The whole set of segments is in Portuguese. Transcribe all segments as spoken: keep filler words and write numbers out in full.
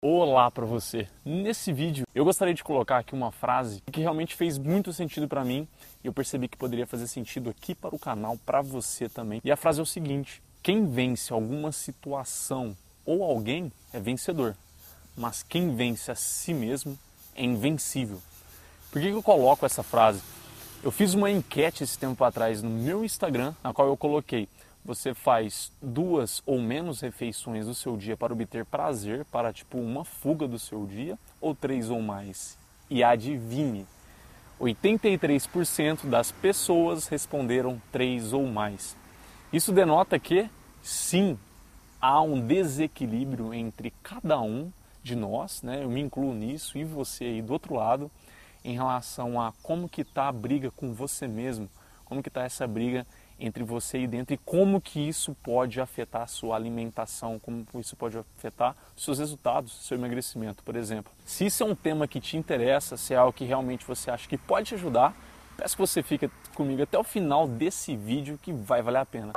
Olá para você! Nesse vídeo eu gostaria de colocar aqui uma frase que realmente fez muito sentido para mim e eu percebi que poderia fazer sentido aqui para o canal, para você também. E a frase é o seguinte: quem vence alguma situação ou alguém é vencedor, mas quem vence a si mesmo é invencível. Por que eu coloco essa frase? Eu fiz uma enquete esse tempo atrás no meu Instagram, na qual eu coloquei: você faz duas ou menos refeições do seu dia para obter prazer, para tipo uma fuga do seu dia, ou três ou mais? E adivinhe, oitenta e três por cento das pessoas responderam três ou mais. Isso denota que, sim, há um desequilíbrio entre cada um de nós, né? Eu me incluo nisso, e você aí do outro lado, em relação a como que está a briga com você mesmo, como que está essa briga entre você e dentro e como que isso pode afetar a sua alimentação, como isso pode afetar os seus resultados, seu emagrecimento, por exemplo. Se isso é um tema que te interessa, se é algo que realmente você acha que pode te ajudar, peço que você fique comigo até o final desse vídeo que vai valer a pena.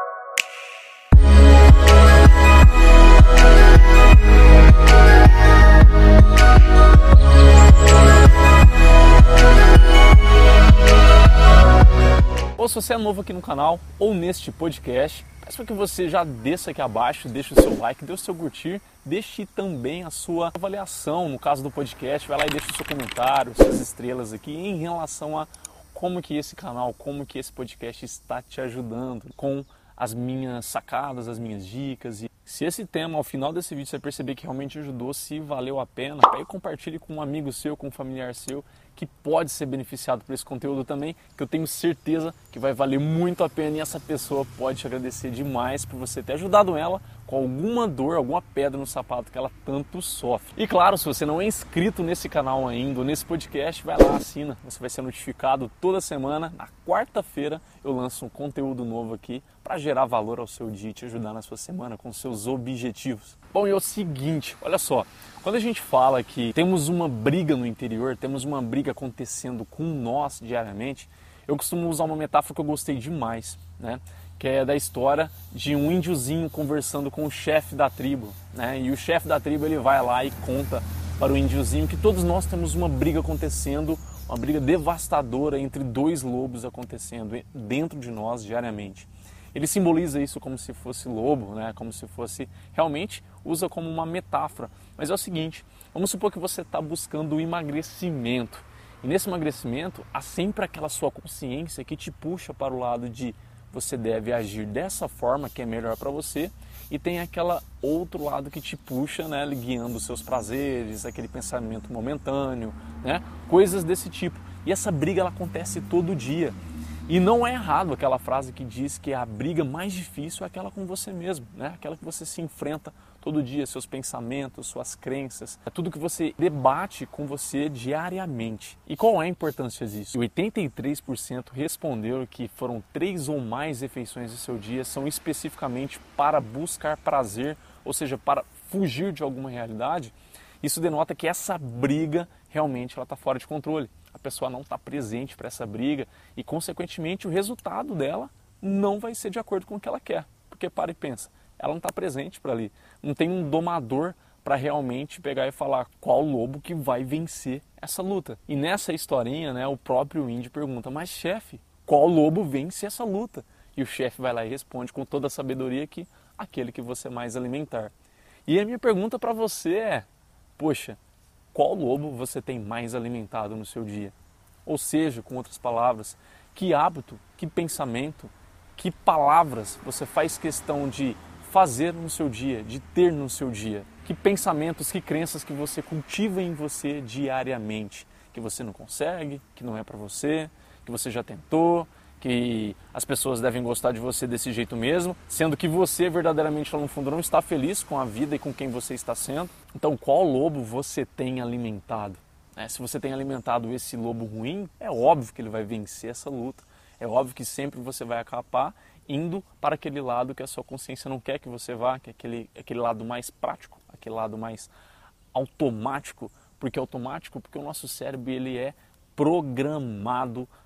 Ou se você é novo aqui no canal ou neste podcast, peço que você já desça aqui abaixo, deixe o seu like, dê o seu curtir, deixe também a sua avaliação, no caso do podcast, vai lá e deixe o seu comentário, suas estrelas aqui em relação a como que esse canal, como que esse podcast está te ajudando com as minhas sacadas, as minhas dicas. E se esse tema, ao final desse vídeo, você perceber que realmente ajudou, se valeu a pena, aí compartilhe com um amigo seu, com um familiar seu, que pode ser beneficiado por esse conteúdo também, que eu tenho certeza que vai valer muito a pena e essa pessoa pode te agradecer demais por você ter ajudado ela com alguma dor, alguma pedra no sapato que ela tanto sofre. E claro, se você não é inscrito nesse canal ainda, ou nesse podcast, vai lá, assina, você vai ser notificado toda semana. Na quarta-feira eu lanço um conteúdo novo aqui para gerar valor ao seu dia e te ajudar na sua semana com seus objetivos. Bom, e é o seguinte, olha só, quando a gente fala que temos uma briga no interior, temos uma briga acontecendo com nós diariamente, eu costumo usar uma metáfora que eu gostei demais, né? Que é da história de um índiozinho conversando com o chefe da tribo, né? E o chefe da tribo ele vai lá e conta para o índiozinho que todos nós temos uma briga acontecendo, uma briga devastadora entre dois lobos acontecendo dentro de nós diariamente. Ele simboliza isso como se fosse lobo, né? Como se fosse, realmente usa como uma metáfora. Mas é o seguinte, vamos supor que você está buscando o emagrecimento. E nesse emagrecimento, há sempre aquela sua consciência que te puxa para o lado de você deve agir dessa forma que é melhor para você, e tem aquela outro lado que te puxa, né, guiando os seus prazeres, aquele pensamento momentâneo, né, coisas desse tipo. E essa briga ela acontece todo dia. E não é errado aquela frase que diz que a briga mais difícil é aquela com você mesmo, né? Aquela que você se enfrenta todo dia, seus pensamentos, suas crenças, é tudo que você debate com você diariamente. E qual é a importância disso? oitenta e três por cento responderam que foram três ou mais refeições do seu dia são especificamente para buscar prazer, ou seja, para fugir de alguma realidade. Isso denota que essa briga realmente ela está fora de controle. A pessoa não está presente para essa briga e, consequentemente, o resultado dela não vai ser de acordo com o que ela quer. Porque, para e pensa, ela não está presente para ali. Não tem um domador para realmente pegar e falar qual lobo que vai vencer essa luta. E nessa historinha, né, o próprio índio pergunta: mas chefe, qual lobo vence essa luta? E o chefe vai lá e responde com toda a sabedoria que aquele que você mais alimentar. E a minha pergunta para você é: poxa, qual lobo você tem mais alimentado no seu dia? Ou seja, com outras palavras, que hábito, que pensamento, que palavras você faz questão de fazer no seu dia, de ter no seu dia? Que pensamentos, que crenças que você cultiva em você diariamente? Que você não consegue, que não é para você, que você já tentou, que as pessoas devem gostar de você desse jeito mesmo, sendo que você verdadeiramente lá no fundo não está feliz com a vida e com quem você está sendo. Então, qual lobo você tem alimentado? É, se você tem alimentado esse lobo ruim, é óbvio que ele vai vencer essa luta. É óbvio que sempre você vai acabar indo para aquele lado que a sua consciência não quer que você vá, que é aquele, aquele lado mais prático, aquele lado mais automático. Por que automático? Porque o nosso cérebro ele é programado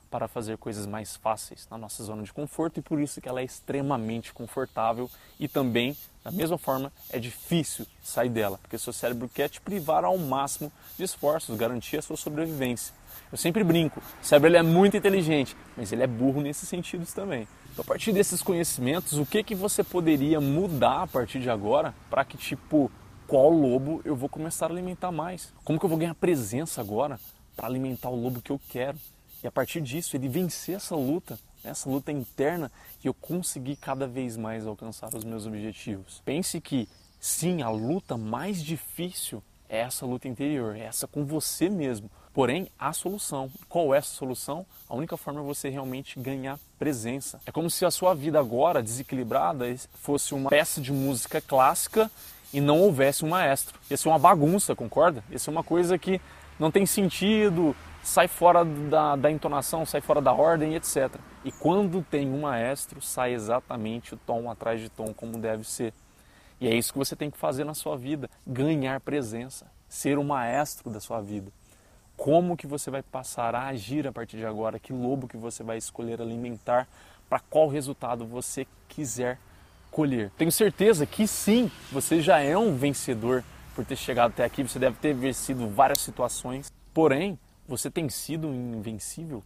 para fazer coisas mais fáceis na nossa zona de conforto e por isso que ela é extremamente confortável e também, da mesma forma, é difícil sair dela, porque seu cérebro quer te privar ao máximo de esforços, garantir a sua sobrevivência. Eu sempre brinco, o cérebro ele é muito inteligente, mas ele é burro nesses sentidos também. Então, a partir desses conhecimentos, o que, que você poderia mudar a partir de agora para que, tipo, qual lobo eu vou começar a alimentar mais? Como que eu vou ganhar presença agora para alimentar o lobo que eu quero? E a partir disso, ele vencer essa luta, essa luta interna, e eu conseguir cada vez mais alcançar os meus objetivos. Pense que, sim, a luta mais difícil é essa luta interior, é essa com você mesmo. Porém, há solução. Qual é essa solução? A única forma é você realmente ganhar presença. É como se a sua vida agora, desequilibrada, fosse uma peça de música clássica e não houvesse um maestro. Isso é uma bagunça, concorda? Isso é uma coisa que não tem sentido, sai fora da, da entonação, sai fora da ordem, etcétera. E quando tem um maestro, sai exatamente o tom atrás de tom, como deve ser. E é isso que você tem que fazer na sua vida, ganhar presença, ser o maestro da sua vida. Como que você vai passar a agir a partir de agora, que lobo que você vai escolher alimentar, para qual resultado você quiser colher. Tenho certeza que sim, você já é um vencedor por ter chegado até aqui, você deve ter vencido várias situações, porém, você tem sido invencível?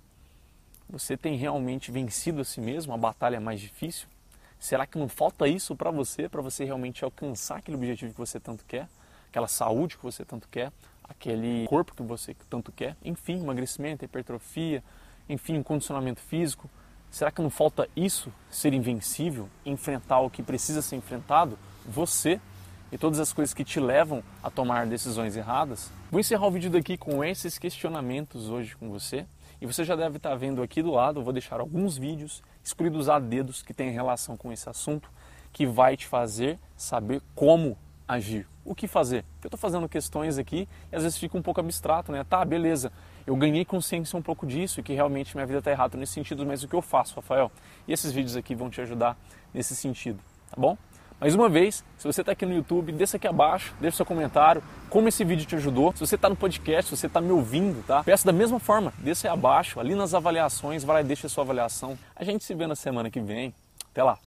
Você tem realmente vencido a si mesmo, a batalha mais difícil? Será que não falta isso para você, para você realmente alcançar aquele objetivo que você tanto quer? Aquela saúde que você tanto quer? Aquele corpo que você tanto quer? Enfim, emagrecimento, hipertrofia, enfim, condicionamento físico. Será que não falta isso, ser invencível, enfrentar o que precisa ser enfrentado? Você e todas as coisas que te levam a tomar decisões erradas? Vou encerrar o vídeo daqui com esses questionamentos hoje com você. E você já deve estar vendo aqui do lado, eu vou deixar alguns vídeos escolhidos a dedos que têm relação com esse assunto, que vai te fazer saber como agir. O que fazer? Eu estou fazendo questões aqui e às vezes fica um pouco abstrato, né? Tá, beleza, eu ganhei consciência um pouco disso e que realmente minha vida está errada nesse sentido, mas o que eu faço, Rafael? E esses vídeos aqui vão te ajudar nesse sentido, tá bom? Mais uma vez, se você está aqui no YouTube, desça aqui abaixo, deixa seu comentário, como esse vídeo te ajudou. Se você está no podcast, se você está me ouvindo, tá? Peço da mesma forma, desça aí abaixo, ali nas avaliações, vai lá e deixa a sua avaliação. A gente se vê na semana que vem. Até lá!